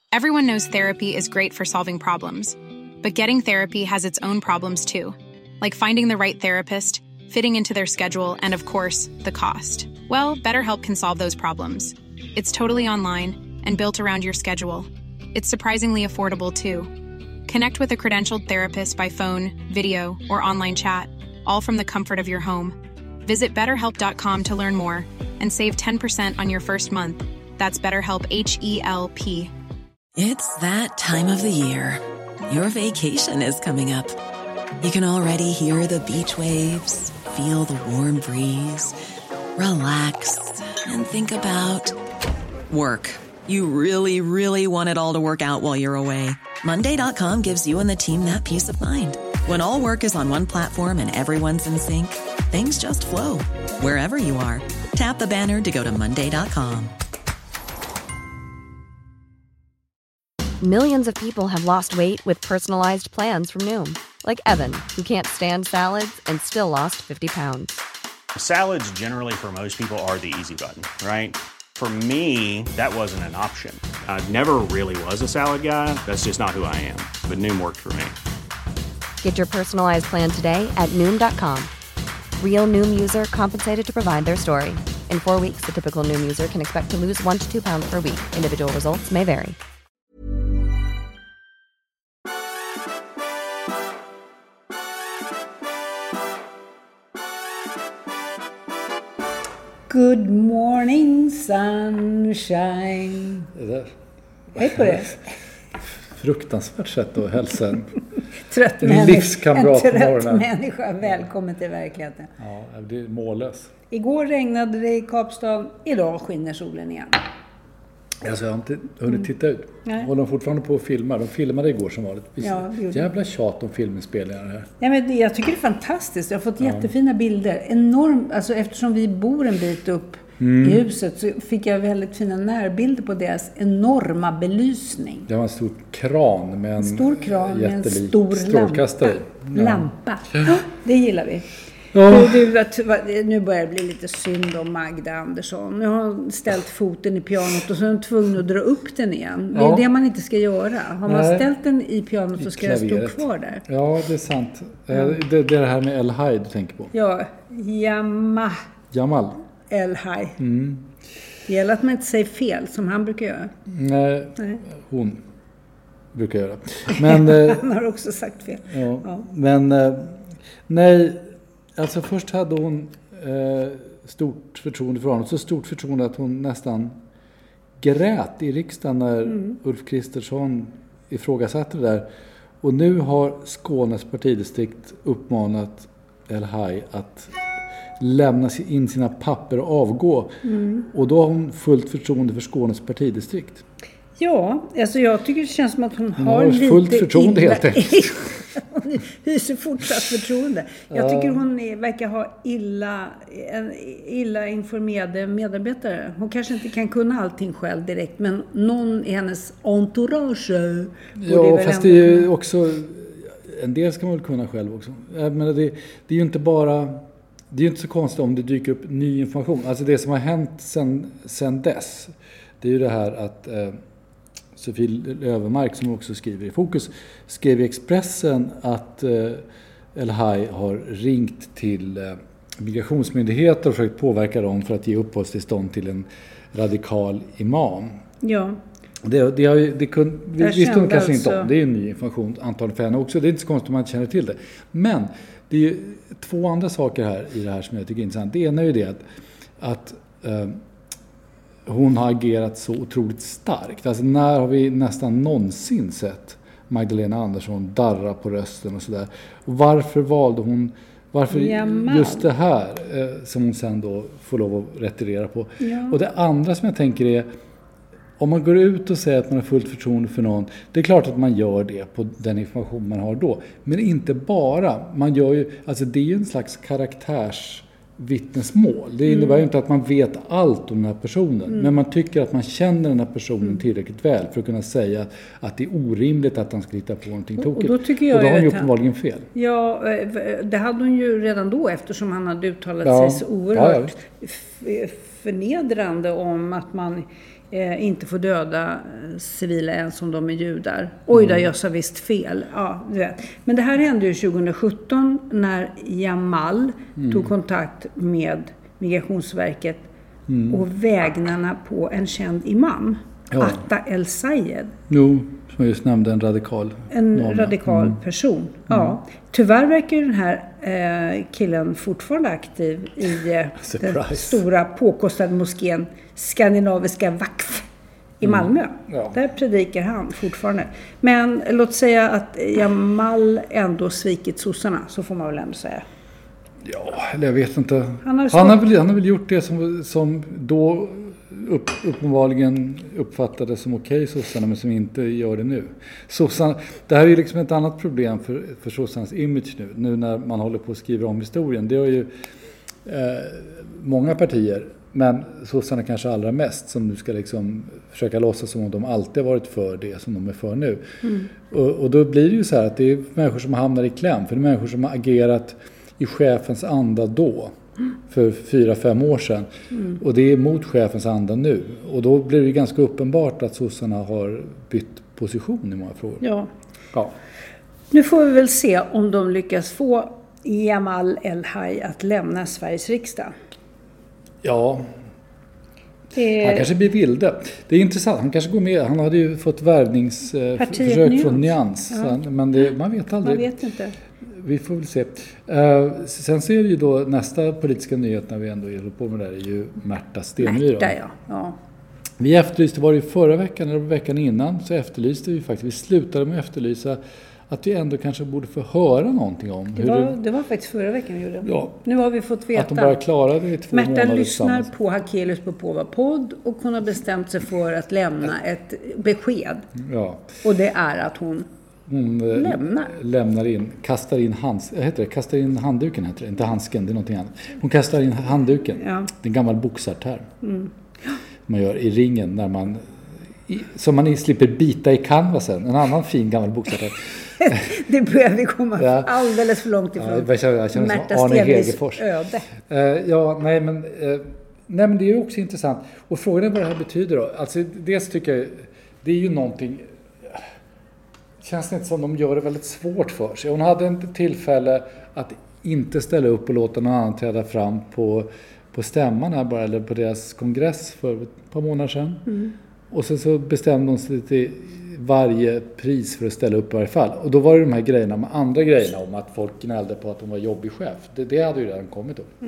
Everyone knows therapy is great for solving problems, but getting therapy has its own problems too, like finding the right therapist, fitting into their schedule, and of course, the cost. Well, BetterHelp can solve those problems. It's totally online and built around your schedule. It's surprisingly affordable too. Connect with a credentialed therapist by phone, video, or online chat, all from the comfort of your home. Visit BetterHelp.com to learn more and save 10% on your first month. That's BetterHelp, H-E-L-P. It's that time of the year. Your vacation is coming up. You can already hear the beach waves, feel the warm breeze, relax, and think about work. You really, really want it all to work out while you're away. Monday.com gives you and the team that peace of mind. When all work is on one platform and everyone's in sync, things just flow. Wherever you are, tap the banner to go to Monday.com. Millions of people have lost weight with personalized plans from Noom. Like Evan, who can't stand salads and still lost 50 pounds. Salads generally for most people are the easy button, right? For me, that wasn't an option. I never really was a salad guy. That's just not who I am. But Noom worked for me. Get your personalized plan today at Noom.com. Real Noom user compensated to provide their story. In 4 weeks, the typical Noom user can expect to lose 1 to 2 pounds per week. Individual results may vary. Good morning sunshine. Hej på det. Fruktansvärt sätt att hälsa en trött livskamrat på morgonen. Människa, välkommen till verkligheten. Ja, det är mållös. Igår regnade det i Kapstaden, idag skiner solen igen. Alltså jag har inte hunnit titta ut. Håller de fortfarande på att filma? De filmade igår som vanligt. Jävla tjat om filminspelningar här. Ja, men jag tycker det är fantastiskt. Jag har fått jättefina bilder. Enormt, alltså eftersom vi bor en bit upp i huset så fick jag väldigt fina närbilder på deras enorma belysning. Det var en stor kran med en stor strålkastare. Lampa. Ja, det gillar vi. Ja. Nu börjar det bli lite synd om Magda Andersson. Nu har hon ställt foten i pianot och så är hon tvungen att dra upp den igen. Det är det man inte ska göra. Har man ställt den i pianot så ska den stå kvar där. Ja, det är sant. Det är det här med El Hay du tänker på. Ja, Jamal El Hay. Det gäller att man inte säger fel som han brukar göra. Nej. Hon brukar göra. Men, han har också sagt fel. Ja. Men nej. Alltså först hade hon stort förtroende för honom. Så stort förtroende att hon nästan grät i riksdagen när Ulf Kristersson ifrågasatte det där. Och nu har Skånes partidistrikt uppmanat El Hay att lämna in sina papper och avgå. Och då har hon fullt förtroende för Skånes partidistrikt. Ja, alltså jag tycker det känns som att hon har lite fullt förtroende helt enkelt. Hon hyser fortsatt förtroende. Jag tycker hon verkar ha illa informerade medarbetare. Hon kanske inte kan kunna allting själv direkt, men någon i hennes entourage. Ja, fast det är ju också en del ska man väl kunna själv också. Men det är ju inte bara, det är ju inte så konstigt om det dyker upp ny information. Alltså det som har hänt sen dess, det är ju det här att Sofie Löfvenmark, som också skriver i Fokus, skrev i Expressen att El Hay har ringt till migrationsmyndigheter och försökt påverka dem för att ge uppehållstillstånd till en radikal imam. Ja. Vi visste hon kanske inte om. Det är en ny information antagligen för henne också. Det är inte så konstigt om man inte känner till det. Men det är ju två andra saker här i det här som jag tycker är intressant. Det ena är ju det att hon har agerat så otroligt starkt. Alltså när har vi nästan någonsin sett Magdalena Andersson darra på rösten och sådär. Och varför valde hon, just det här som hon sen då får lov att retirera på. Ja. Och det andra som jag tänker är, om man går ut och säger att man har fullt förtroende för någon, det är klart att man gör det på den information man har då. Men inte bara. Man gör ju, alltså det är ju en slags karaktärsvittnesmål. Det innebär ju inte att man vet allt om den här personen. Men man tycker att man känner den här personen tillräckligt väl för att kunna säga att det är orimligt att han ska hitta på någonting tokigt. Och då har hon ju uppenbarligen fel. Ja, det hade hon ju redan då eftersom han hade uttalat sig så oerhört förnedrande om att man inte får döda civila ens om de är judar. Oj, där jag sa visst fel. Ja, du vet. Men det här hände ju 2017 när Jamal tog kontakt med Migrationsverket och vägnarna på en känd imam. Atta El Sayed. Jo, som jag just nämnde, en radikal person. Ja. Tyvärr verkar den här killen fortfarande aktiv i den stora påkostade moskén Skandinaviska Vakf i Malmö. Ja. Där predikar han fortfarande. Men låt säga att Jamal ändå svikit sossarna, så får man väl ändå säga. Ja, eller jag vet inte. Han har väl gjort det som då uppenbarligen uppfattades som okej sossarna, men som inte gör det nu. Det här är ju liksom ett annat problem för sossarnas image nu när man håller på att skriva om historien. Det har ju många partier, men sossarna kanske allra mest, som nu ska liksom försöka låtsas som om de alltid har varit för det som de är för nu. Och då blir det ju så här att det är människor som hamnar i kläm, för det är människor som har agerat i chefens anda då, för 4-5 år sedan. Och det är mot chefens anda nu. Och då blir det ganska uppenbart att sossarna har bytt position i många frågor. Ja. Nu får vi väl se om de lyckas få Jamal El-Haj att lämna Sveriges riksdag. Ja. Han kanske blir vilde. Det är intressant. Han kanske går med. Han hade ju fått värvningsförsök från Nyans. Ja. Men man vet aldrig. Man vet inte. Vi får väl se. Sen så är det ju då nästa politiska nyhet när vi ändå håller på med det här är ju Märta Stenevi. Ja. Vi efterlyste, var det förra veckan eller veckan innan, så efterlyste vi faktiskt. Vi slutade med att efterlysa att vi ändå kanske borde få höra någonting om det var faktiskt förra veckan vi gjorde. Ja. Nu har vi fått veta att de bara klarade det i 2 månader. Märta lyssnar på Hakelius Popova podd och hon har bestämt sig för att lämna ett besked. Ja. Och det är att hon kastar in handduken, heter det. Inte handsken, det är någonting annat. Hon kastar in handduken. Ja. Det är en gammal boxarterm. Man gör i ringen när man som man slipper bita i canvasen. En annan fin gammal boxarterm. Det börjar vi komma alldeles för långt ifrån. Jag känner Märta som Arne Hegerfors öde. Nej, men det är också intressant. Och frågan är vad det här betyder då. Alltså, dels tycker jag, det är ju någonting. Känns det inte som de gör det väldigt svårt för sig. Hon hade ett tillfälle att inte ställa upp och låta någon annan träda fram på stämman här bara, eller på deras kongress för ett par månader sedan. Och sen så bestämde hon sig till varje pris för att ställa upp i varje fall. Och då var det de här grejerna med andra grejerna om att folk gnällde på att hon var jobbig chef. Det hade ju redan kommit upp.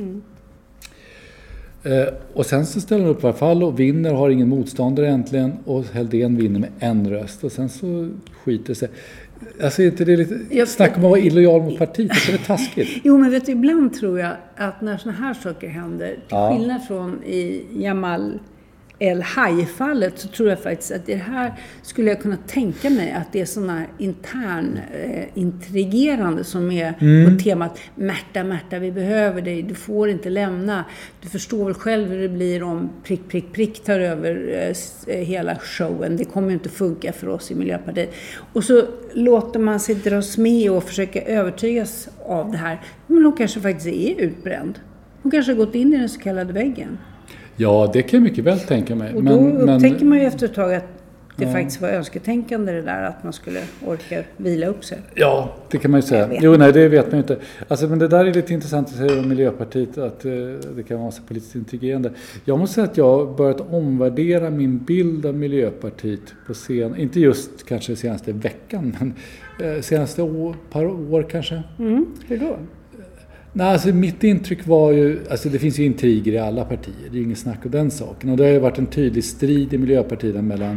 Och sen så ställer hon upp i varje fall och vinner, har ingen motståndare egentligen, och Helldén vinner med 1 röst och sen så skiter sig. Alltså inte det lite snack om att vara illojal mot partiet, är det taskigt? Jo, men vet du, ibland tror jag att när såna här saker händer, till skillnad från i Jamal El-Haj-fallet, så tror jag faktiskt att det här skulle jag kunna tänka mig att det är sådana intern intrigerande som är på temat Märta, vi behöver dig, du får inte lämna, du förstår väl själv hur det blir om prick tar över hela showen, det kommer ju inte funka för oss i Miljöpartiet. Och så låter man sig dras med och försöka övertygas av det här, men hon kanske faktiskt är utbränd. Hon kanske har gått in i den så kallade väggen. Ja, det kan jag mycket väl tänka mig. Och då upptäcker man ju efter ett tag att det faktiskt var önsketänkande det där, att man skulle orka vila upp sig. Ja, det kan man ju säga. Jo, nej, det vet man ju inte. Alltså, men det där är lite intressant att säga om Miljöpartiet, att det kan vara så politiskt intrigerande. Jag måste säga att jag har börjat omvärdera min bild av Miljöpartiet på inte just kanske senaste veckan, men senaste par år kanske. Hur då? Nej, alltså mitt intryck var ju, alltså det finns ju intriger i alla partier, det är ingen snack om den saken. Och det har ju varit en tydlig strid i Miljöpartiet mellan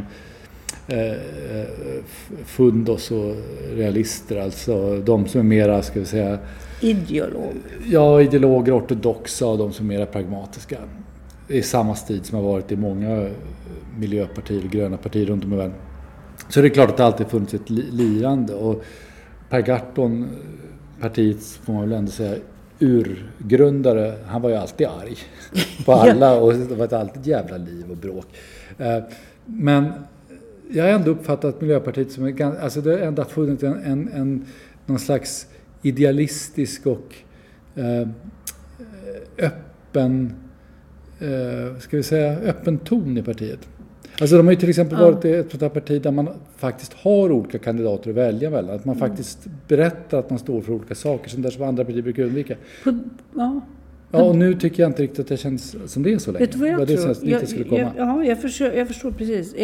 fundos och realister, alltså de som är mera, ska vi säga, ideologer, ortodoxa, och de som är mera pragmatiska. Det är samma strid som har varit i många miljöpartier och gröna partier runt om i världen. Så det är klart att det alltid funnits ett lirande, och Per Gahrton, partiets, får man väl ändå säga, urgrundare, han var ju alltid arg på alla och det var alltid jävla liv och bråk. Men jag har ändå uppfattat Miljöpartiet som alltså det har ändå funnits någon slags idealistisk och öppen, ska vi säga, öppen ton i partiet. Alltså de har ju till exempel varit ett parti där man faktiskt har olika kandidater att välja mellan. Att man faktiskt berättar att man står för olika saker som andra partier brukar undvika. Ja, och nu tycker jag inte riktigt att det känns som det är så länge. Vet du vad jag tror? Jag förstår precis.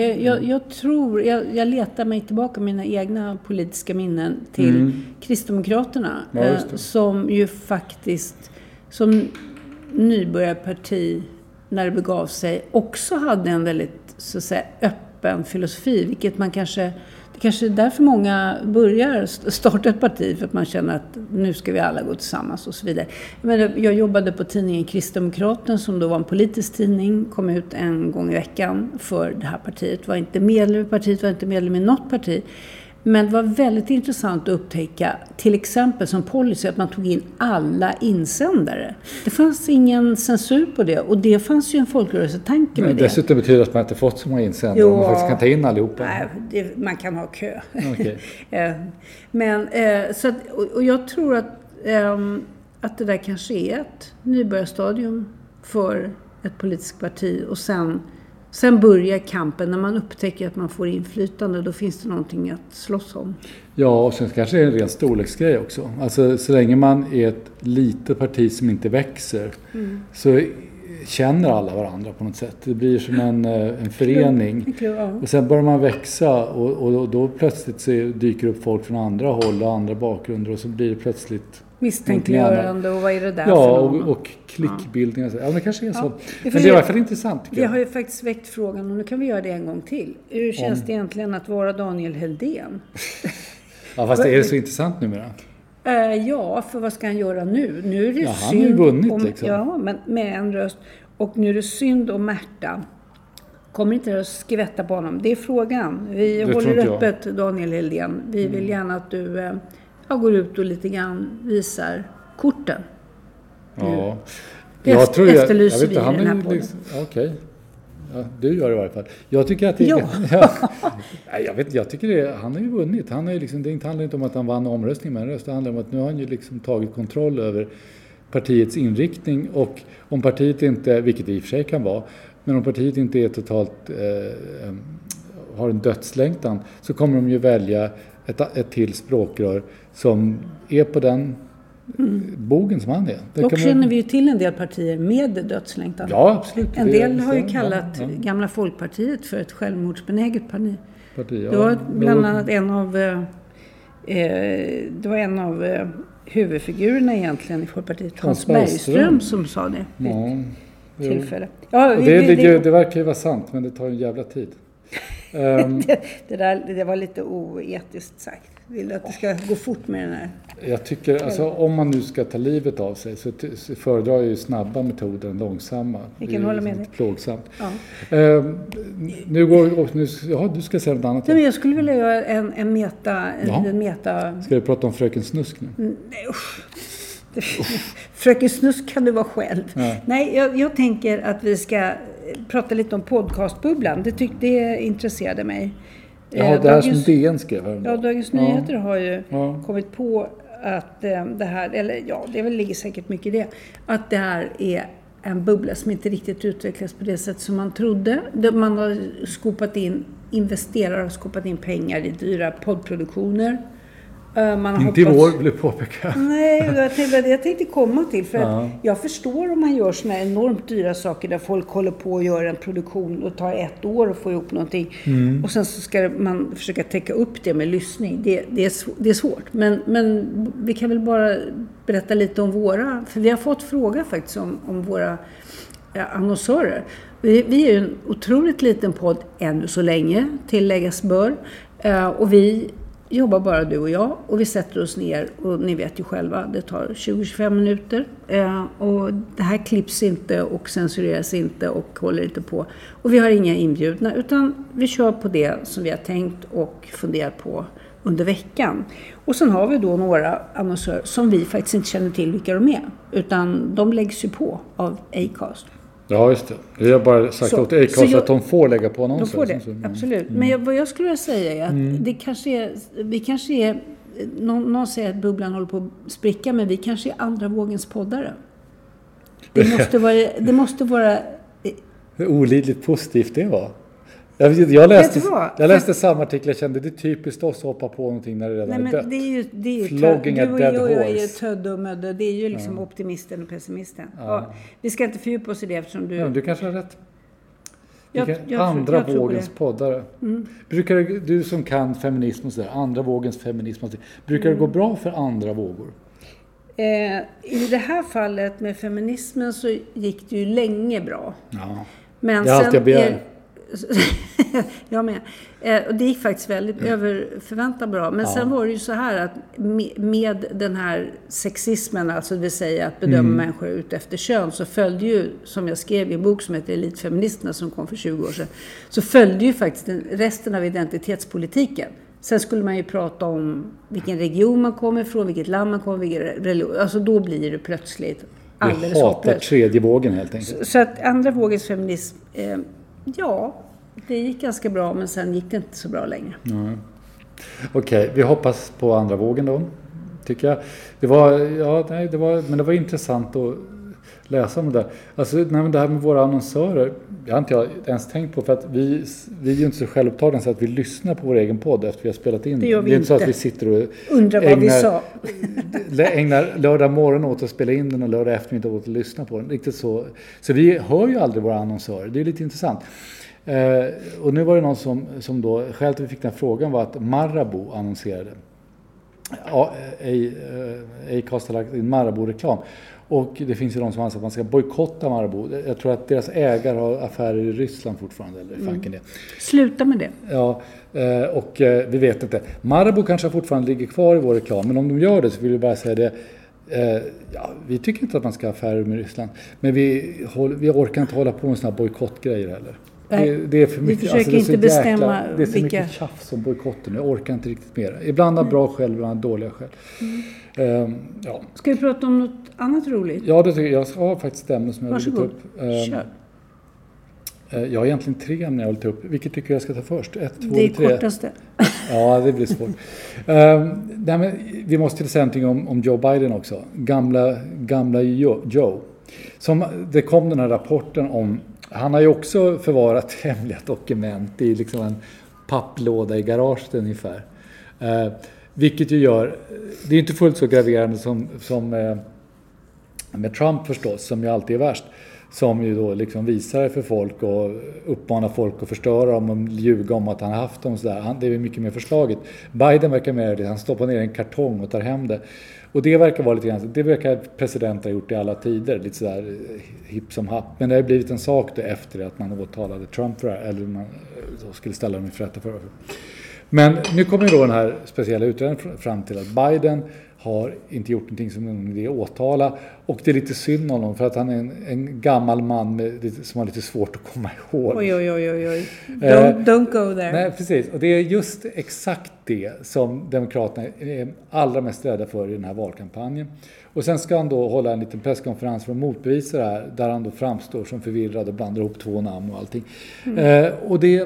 Jag letar mig tillbaka mina egna politiska minnen till Kristdemokraterna. Som ju faktiskt som nybörjarparti när det begav sig också hade en väldigt så att säga öppen filosofi, vilket man kanske är därför många börjar starta ett parti, för att man känner att nu ska vi alla gå tillsammans och så vidare. Jag jobbade på tidningen Kristdemokraten som då var en politisk tidning, kom ut en gång i veckan för det här partiet. Var inte medlem i partiet, var inte medlem i något parti. Men det var väldigt intressant att upptäcka, till exempel som policy, att man tog in alla insändare. Det fanns ingen censur på det, och det fanns ju en folkrörelsetanke med det. Dessutom betyder det att man inte fått så många insändare, man faktiskt kan ta in allihopa. Nej, man kan ha kö. Okay. Men, och jag tror att det där kanske är ett nybörjarstadium för ett politiskt parti, och sen börjar kampen när man upptäcker att man får inflytande. Då finns det någonting att slåss om. Ja, och sen kanske det är en ren storleksgrej också. Alltså så länge man är ett litet parti som inte växer så känner alla varandra på något sätt. Det blir som en förening. Och sen börjar man växa och då plötsligt så dyker upp folk från andra håll och andra bakgrunder, och så blir det plötsligt misstänkliggörande, och vad är det där för någon? Och klickbildningar. Ja, det kanske är så. Men det är i alla fall intressant. Vi har ju faktiskt väckt frågan, och nu kan vi göra det en gång till. Hur känns det egentligen att vara Daniel Heldén? Ja, fast är det så intressant numera? Ja, för vad ska han göra nu? Nu är det han har ju vunnit liksom. Ja, men med en röst. Och nu är det synd om Märta. Kommer inte att skvätta på honom? Det är frågan. Vi håller öppet, Daniel Heldén. Vi vill gärna att du går ut och lite grann visar korten. Ja. Jag tror jag vet inte, han är ju liksom, okej. Ja, du gör det i varje fall. Jag tycker att det jag tycker han har ju vunnit. Han är liksom, det handlar inte om att han vann omröstningen, men det handlar om att nu har han ju liksom tagit kontroll över partiets inriktning, och om partiet inte, vilket det i och för sig kan vara, men om partiet inte är totalt har en dödslängtan, så kommer de ju välja ett till språkrör som är på den bogen som han är. Dock känner vi ju till en del partier med dödslängtan. Ja, absolut. En del har ju kallat gamla Folkpartiet för ett självmordsbenäget parti. Det var bland annat en av huvudfigurerna egentligen i Folkpartiet, Hans Bergström, som sa det vid ett tillfälle. Ja, det verkar ju vara sant, men det tar en jävla tid. Det var lite oetiskt sagt. Vill du att det ska gå fort med den här? Jag tycker, alltså, om man nu ska ta livet av sig, så föredrar jag ju snabba metoder än långsamma. Jag kan hålla med dig. Plågsamt. Du ska säga något annat. Nej, men jag skulle vilja göra en meta... Ska du prata om Fröken Snusk nu? Nej, Fröken Snusk kan du vara själv. Nej, jag tänker att vi ska prata lite om podcastbubblan. Det intresserade mig. Ja, det här som DN skrev. Ja, Dagens Nyheter har ju kommit på att det här, eller det ligger säkert mycket i det, att det här är en bubbla som inte riktigt utvecklas på det sätt som man trodde. Man har investerare har skopat in pengar i dyra poddproduktioner. Inte i vår, vill jag påpeka. Nej, jag tänkte komma till. För att jag förstår om man gör såna enormt dyra saker där folk håller på att göra en produktion och tar 1 år att få ihop någonting. Och sen så ska man försöka täcka upp det med lyssning. Det är svårt. Men vi kan väl bara berätta lite om våra. För vi har fått fråga faktiskt om våra annonsörer. Vi är ju en otroligt liten podd ännu så länge, tilläggas bör. Och vi jobbar bara du och jag, och vi sätter oss ner, och ni vet ju själva, det tar 20-25 minuter och det här klipps inte och censureras inte och håller inte på, och vi har inga inbjudna, utan vi kör på det som vi har tänkt och funderat på under veckan. Och sen har vi då några annonsörer som vi faktiskt inte känner till vilka de är, utan de läggs ju på av Acast. Ja, just det. Jag har bara sagt åt Acast att de får lägga på annonser. De får det, absolut. Men vad jag skulle vilja säga är att vi kanske är, någon säger att bubblan håller på att spricka, men vi kanske är andra vågens poddare. Det måste vara olidligt positivt det var. Jag läste samma artikel, jag kände det är typiskt oss att hoppa på någonting när det redan är dött. Det är ju Flogging a dead horse. Jag är tödd och mödd. Det är ju liksom optimisten och pessimisten. Ja. Vi ska inte fördjupa oss i det eftersom du... Ja, du kanske har rätt. Andra vågens poddare. Brukar du som kan feminism och sådär, andra vågens feminism, brukar det gå bra för andra vågor? I det här fallet med feminismen så gick det ju länge bra. Ja. Men det är allt jag begär. Jag med. Och det gick faktiskt väldigt över förväntan bra. Men sen var det ju så här att med den här sexismen, alltså det vill säga att bedöma människor ut efter kön, så följde ju, som jag skrev i en bok som heter Elitfeministerna som kom för 20 år sedan, så följde ju faktiskt resten av identitetspolitiken. Sen skulle man ju prata om vilken region man kommer ifrån, vilket land man kommer, vilken religion. Alltså då blir det plötsligt alldeles vi hatar tredje vågen helt enkelt. Så att andra vågens feminism, det gick ganska bra, men sen gick det inte så bra längre. Okej, vi hoppas på andra vågen då, tycker jag. Men det var intressant att läsa om det där. Alltså, det här med våra annonsörer, jag har inte ens tänkt på, för att vi är ju inte så självupptagna så att vi lyssnar på vår egen podd efter vi har spelat in. Det gör vi är inte. Så att vi sitter och undrar vad vi sa. ägnar lördag morgon åt att spela in den och lördag eftermiddag åt att lyssna på den. Riktigt så. Så vi hör ju aldrig våra annonsörer. Det är lite intressant. Och nu var det någon som då, skälet till att vi fick den frågan var att Marabou annonserade. Acast har lagt in Marabou-reklam. Och det finns ju de som anser att man ska bojkotta Marabou. Jag tror att deras ägare har affärer i Ryssland fortfarande. Eller fanken det. Sluta med det. Ja, och vi vet inte. Marabou kanske fortfarande ligger kvar i vår reklam. Men om de gör det så vill vi bara säga det. Vi tycker inte att man ska ha affärer med Ryssland. Men vi orkar inte hålla på med såna här bojkottgrejer heller. Det är för mycket, vi försöker inte bestämma det är så mycket tjafs om bojkotten. Jag orkar inte riktigt mer. Ibland har bra skäl, ibland dåliga skäl. Ska vi prata om något annat roligt? Ja, det tycker jag. Jag har faktiskt ett ämne som jag vill ta upp. Kör. Jag har egentligen 3 ämnen jag vill ta upp. Vilket tycker jag ska ta först? 1, 2 det är 3? Kortaste. Ja, det blir svårt. Vi måste säga någonting om Joe Biden också. Gamla Joe. Det kom den här rapporten om. Han har ju också förvarat hemliga dokument i liksom en papplåda i garaget ungefär. Vilket ju gör, det är inte fullt så graverande som med Trump förstås, som ju alltid är värst. Som ju då liksom visar det för folk och uppmanar folk att förstöra dem och ljuga om att han har haft dem. Sådär. Det är mycket mer förslaget. Biden verkar med det. Han stoppar ner en kartong och tar hem det. Och det verkar vara lite grann, det verkar presidenten ha gjort i alla tider. Lite sådär hipp som happ. Men det har blivit en sak då efter att man åtalade Trump för det här. Eller man skulle ställa dem i rätta för det. Men nu kommer ju då den här speciella utredningen fram till att Biden har inte gjort någonting som någon idé åtala. Och det är lite synd om honom för att han är en gammal man som har lite svårt att komma ihåg. Oj. Don't go there. Nej, precis. Och det är just exakt det som Demokraterna är allra mest rädda för i den här valkampanjen. Och sen ska han då hålla en liten presskonferens för att motbevisa det här. Där han då framstår som förvirrad och blandar ihop 2 namn och allting. Och det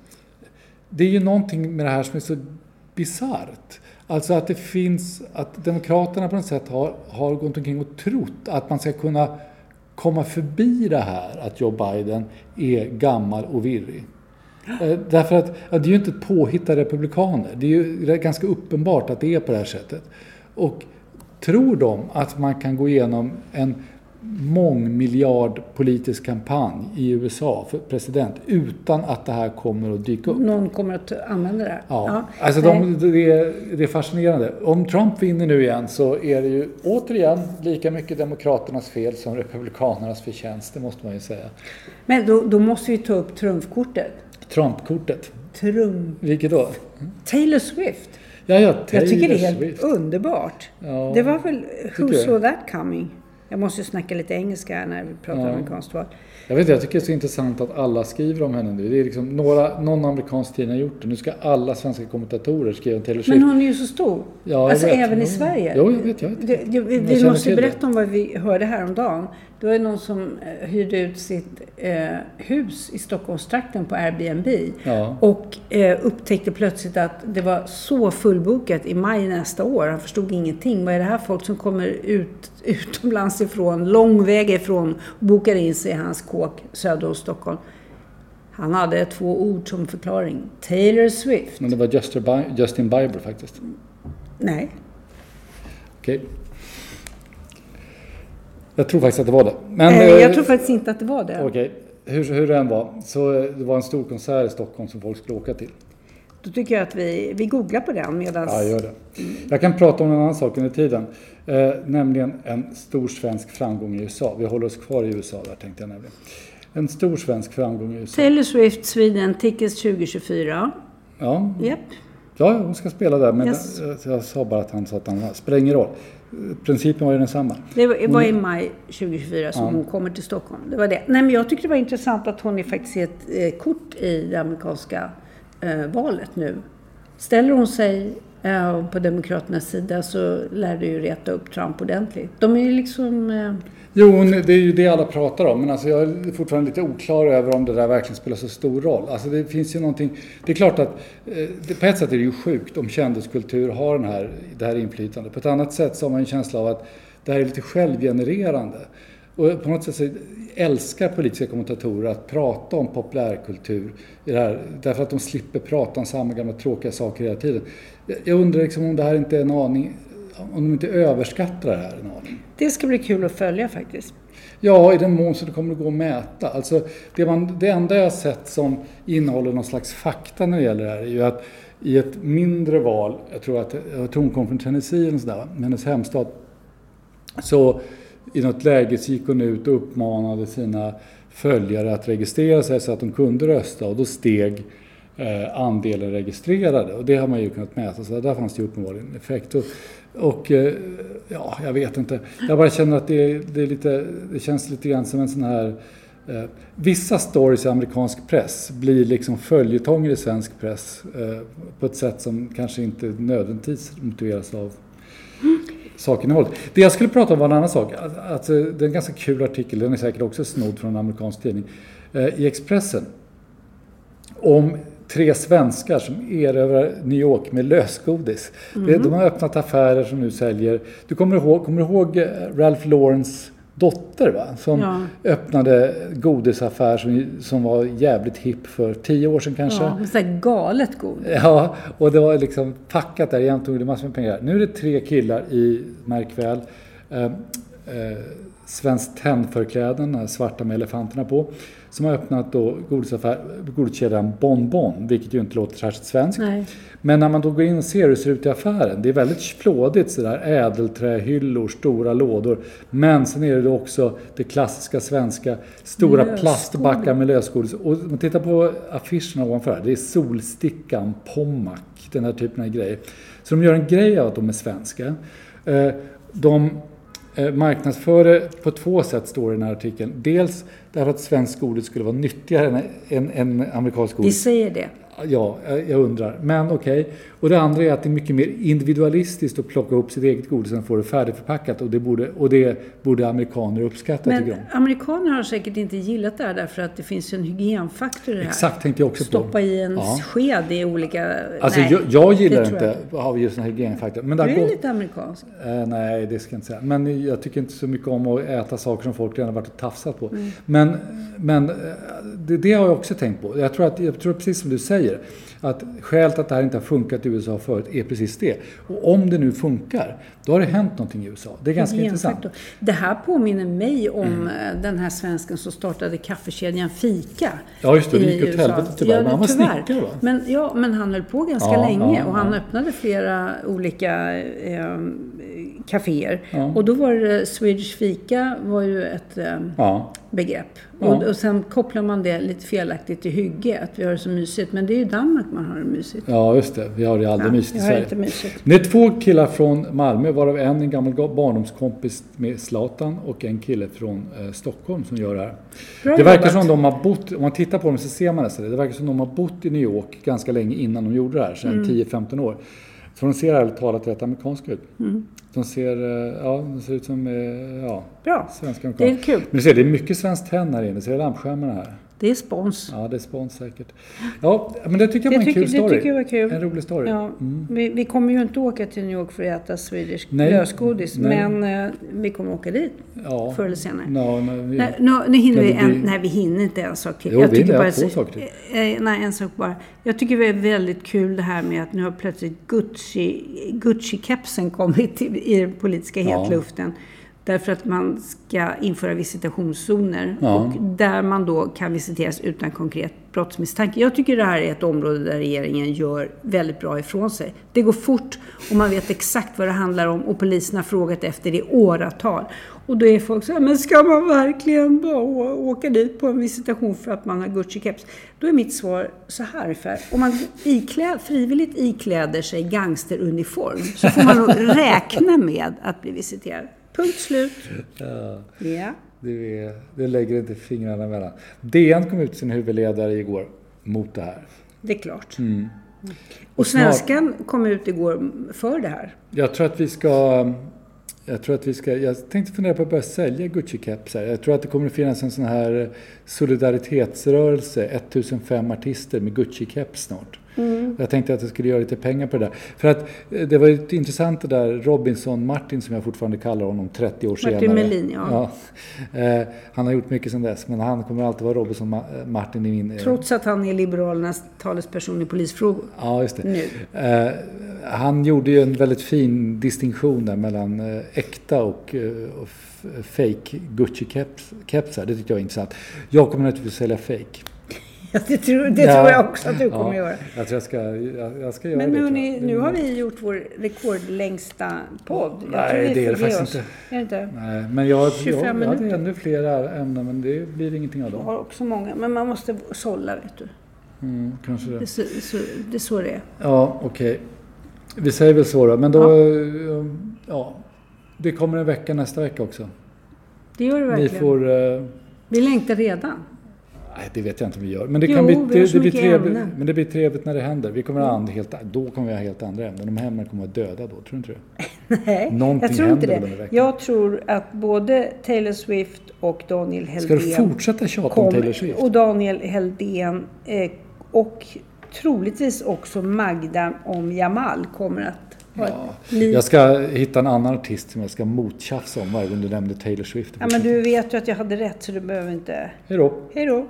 är ju någonting med det här som är så bisarrt. Alltså att det finns, att Demokraterna på något sätt har gått omkring och trott att man ska kunna komma förbi det här att Joe Biden är gammal och virrig. Därför att det är ju inte påhittade republikaner. Det är ju ganska uppenbart att det är på det här sättet. Och tror de att man kan gå igenom en mångmiljard politisk kampanj i USA för president utan att det här kommer att dyka upp. Någon kommer att använda det. Ja. Alltså det är fascinerande. Om Trump vinner nu igen så är det ju återigen lika mycket demokraternas fel som republikanernas förtjänst, det måste man ju säga. Men då måste vi ta upp trumfkortet. Trumpkortet. Vilket då? Taylor Swift. Ja, jag tycker det är helt underbart. Ja, det var väl Who saw that coming? Jag måste ju snacka lite engelska när vi pratar om amerikanskt val. Jag tycker det är så intressant att alla skriver om henne nu. Det är liksom någon amerikansk tidning har gjort det. Nu ska alla svenska kommentatorer skriva om Taylor Swift. Men hon är ju så stor. Ja, alltså även i Sverige. Jo, jag vet. Vi måste ju berätta om vad vi hörde häromdagen. Det var någon som hyrde ut sitt hus i Stockholmstrakten på Airbnb. Ja. Och upptäckte plötsligt att det var så fullbokat i maj nästa år. Han förstod ingenting. Vad är det här folk som kommer utomlands ifrån, lång väg ifrån, och bokar in sig i hans kåk söder om Stockholm. Han hade 2 ord som förklaring. Taylor Swift. Men det var Justin Bieber faktiskt. Nej. Okej. Jag tror faktiskt att det var det. Men, jag tror faktiskt inte att det var det. Okej. Hur det än var. Så det var en stor konsert i Stockholm som folk skulle åka till. Då tycker jag att vi googlar på den medan... Ja, gör det. Jag kan prata om en annan sak under tiden. Nämligen en stor svensk framgång i USA. Vi håller oss kvar i USA där, tänkte jag nämligen. En stor svensk framgång i USA. Taylor Swift Sweden Tickets 2024. Ja. Yep. Ja, hon ska spela där. Men jag sa bara att han sa att han spelar ingen roll. Principen var ju densamma. Det var i maj 2024 som hon kommer till Stockholm. Det var det. Nej, men jag tyckte det var intressant att hon är faktiskt ett kort i det amerikanska valet nu. Ställer hon sig på Demokraternas sida så lär det ju reta upp Trump ordentligt. De är ju liksom... Jo, det är ju det alla pratar om. Men alltså jag är fortfarande lite oklar över om det där verkligen spelar så stor roll. Alltså det finns ju någonting... Det är klart att på ett sätt är det ju sjukt om kändiskultur har det här inflytandet. På ett annat sätt så har man en känsla av att det här är lite självgenererande. Och på något sätt så älskar politiska kommentatorer att prata om populärkultur i det här, därför att de slipper prata om samma gamla tråkiga saker hela tiden. Jag undrar liksom om det här inte är en aning, om de inte överskattar det här en aning. Det ska bli kul att följa faktiskt. Ja, i den mån så det kommer att gå att mäta. Alltså, det enda jag har sett som innehåller någon slags fakta när det gäller det här är ju att i ett mindre val, jag tror hon kom från Tennessee eller sådär, hennes hemstad, så i något läge så gick hon ut och uppmanade sina följare att registrera sig så att de kunde rösta, och då steg andelen registrerade, och det har man ju kunnat mäta, så där fanns det ju uppenbarligen en effekt. Och ja, jag vet inte. Jag bara känner att det är lite, det känns lite grann som en sån här vissa stories i amerikansk press blir liksom följetonger i svensk press på ett sätt som kanske inte nödvändigtvis motiveras av sakinnehållet. Det jag skulle prata om var en annan sak. Att det är en ganska kul artikel, den är säkert också snodd från en amerikansk tidning, i Expressen, om 3 svenskar som erövrar New York med lösgodis. De har öppnat affärer som nu säljer. Du kommer ihåg Ralph Laurens dotter, va? Som öppnade godisaffär som var jävligt hipp för 10 år sedan kanske. Ja, så här galet godis. Ja, och det var liksom packat där jämt, tog det massor med pengar. Nu är det 3 killar i, märk väl, Svenskt Tenn-förkläden, svarta med elefanterna på, som har öppnat då godiskedjan Bonbon, vilket ju inte låter särskilt svenskt. Nej. Men när man då går in och ser hur det ser ut i affären, det är väldigt flådigt, sådär ädelträhyllor, stora lådor, men sen är det då också det klassiska svenska, stora plastbackar med lösgodis. Och om man tittar på affischerna ovanför, det är Solstickan, Pommac, den här typen av grejer. Så de gör en grej av att de är svenska. De marknadsför det på 2 sätt, står det i den här artikeln. Dels därför att svensk godis skulle vara nyttigare än amerikansk godis. Vi säger det. Ja, jag undrar. Men okej. Och det andra är att det är mycket mer individualistiskt att plocka upp sitt eget godis och få det färdigförpackat. Och det borde amerikaner uppskatta. Men amerikaner har säkert inte gillat det här därför att det finns en hygienfaktor i det här. Exakt, tänkte jag också på. Stoppa i en sked i olika... Alltså jag gillar inte av just den här hygienfaktorn. Men du är lite amerikansk. Nej, det ska jag inte säga. Men jag tycker inte så mycket om att äta saker som folk redan har varit och tafsat på. Men det har jag också tänkt på. Jag tror precis som du säger, att skälet att det här inte har funkat i USA förut är precis det. Och om det nu funkar, då har det hänt någonting i USA. Det är ganska intressant. Det här påminner mig om den här svensken som startade kaffekedjan Fika. Ja, just det. Det gick åt helvete tyvärr. Men han var snickare, va? Men han höll på ganska länge och han öppnade flera olika kaféer. Ja. Och då var det Swedish Fika var ju ett begrepp. Och sen kopplar man det lite felaktigt till hygge, att vi har det så mysigt. Men det är ju Danmark man har det mysigt. Ja, just det. Vi har det aldrig mysigt i Sverige. Inte mysigt. Det är 2 killar från Malmö, varav en gammal barndomskompis med Zlatan och en kille från Stockholm som gör det här. Det verkar som de har bott, om man tittar på dem så ser man det verkar som de har bott i New York ganska länge innan de gjorde det här, sedan 10-15 år. Så de ser ärligt talat rätt amerikanska ut. De ser ut som bra. Svenska amerikaner. Det är kul. Men du ser, det är mycket Svenskt Tenn här inne. Ser lampskärmarna här? Det är spons. Ja, det är spons säkert. Ja, men det tycker jag var en kul story. Det tycker jag var kul. En rolig story. Ja, vi kommer ju inte åka till New York för att äta Swedish lösgodis. Men vi kommer åka dit förr eller senare. Nu hinner vi hinner inte en sak till. Jo, vi hinner två saker till. Nej, en sak bara. Jag tycker det är väldigt kul det här med att nu har plötsligt Gucci-kepsen kommit i den politiska hetluften. Därför att man ska införa visitationszoner och där man då kan visiteras utan konkret brottsmisstanke. Jag tycker det här är ett område där regeringen gör väldigt bra ifrån sig. Det går fort och man vet exakt vad det handlar om och polisen har frågat efter det i åratal. Och då är folk så här, men ska man verkligen bara åka dit på en visitation för att man har Gucci-keps? Då är mitt svar så här ungefär. Om man frivilligt ikläder sig gangsteruniform så får man nog räkna med att bli visiterad. Punkt slut. Ja. Det lägger inte fingrarna emellan. DN kom ut sin huvudledare igår mot det här. Det är klart. Och Svenskan kom ut igår för det här. Jag tänkte fundera på att börja sälja Gucci-kepsar. Jag tror att det kommer att finnas en sån här solidaritetsrörelse. 1005 artister med Gucci-keps snart. Jag tänkte att jag skulle göra lite pengar på det där. För att det var ju intressant det där Robinson Martin, som jag fortfarande kallar honom 30 år senare. Martin Melin, ja. Han har gjort mycket sedan dess, men han kommer alltid vara Robinson Martin i min... Trots att han är Liberalernas talesperson i polisfrågor. Ja, just det. Nu. Han gjorde ju en väldigt fin distinktion där mellan äkta och fake Gucci-kepsar. Det tycker jag är intressant. Jag kommer naturligtvis sälja fake. Det tror jag också att du kommer göra. Jag tror jag ska göra men det. Men nu har vi gjort vår rekordlängsta podd. Nej, det är det faktiskt inte. Är det inte? Nej, men jag hade ännu flera ämnen, men det blir ingenting av dem. Jag har också många, men man måste sålla, vet du. Kanske det. Det är så det är. Ja, okej. Vi säger väl så då. Men då, det kommer en vecka nästa vecka också. Det gör det verkligen. Vi längtar redan. Nej, det vet jag inte om vi gör. Men det blir trevligt när det händer. Vi kommer då kommer vi ha helt andra ämnen. De här ämnen kommer att vara döda då, tror du inte det? Nej, jag tror inte det. Jag tror att både Taylor Swift och Daniel Heldén... Ska du fortsätta tjata om Taylor Swift? Och Daniel Heldén och troligtvis också Magda om Jamal kommer att jag ska hitta en annan artist som jag ska mottjafsa om varje gång du nämnde Taylor Swift. Ja, men du vet ju att jag hade rätt, så du behöver inte... Hej då. Hej då.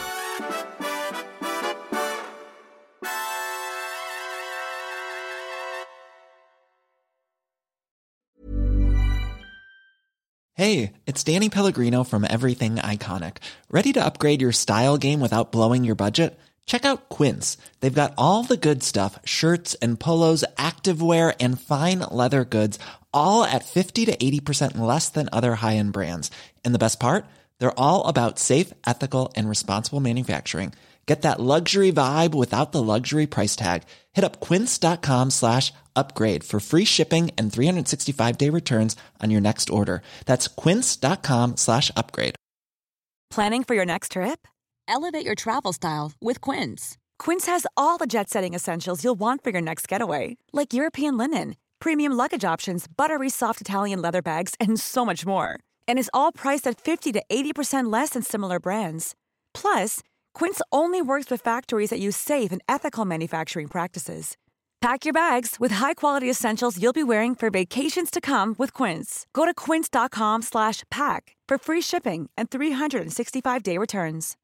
Hey, it's Danny Pellegrino from Everything Iconic. Ready to upgrade your style game without blowing your budget? Check out Quince. They've got all the good stuff, shirts and polos, activewear, and fine leather goods, all at 50 to 80% less than other high-end brands. And the best part? They're all about safe, ethical, and responsible manufacturing. Get that luxury vibe without the luxury price tag. Hit up quince.com/upgrade for free shipping and 365-day returns on your next order. That's quince.com/upgrade. Planning for your next trip? Elevate your travel style with Quince. Quince has all the jet-setting essentials you'll want for your next getaway, like European linen, premium luggage options, buttery soft Italian leather bags, and so much more. And is all priced at 50 to 80% less than similar brands. Plus, Quince only works with factories that use safe and ethical manufacturing practices. Pack your bags with high-quality essentials you'll be wearing for vacations to come with Quince. Go to quince.com/pack for free shipping and 365-day returns.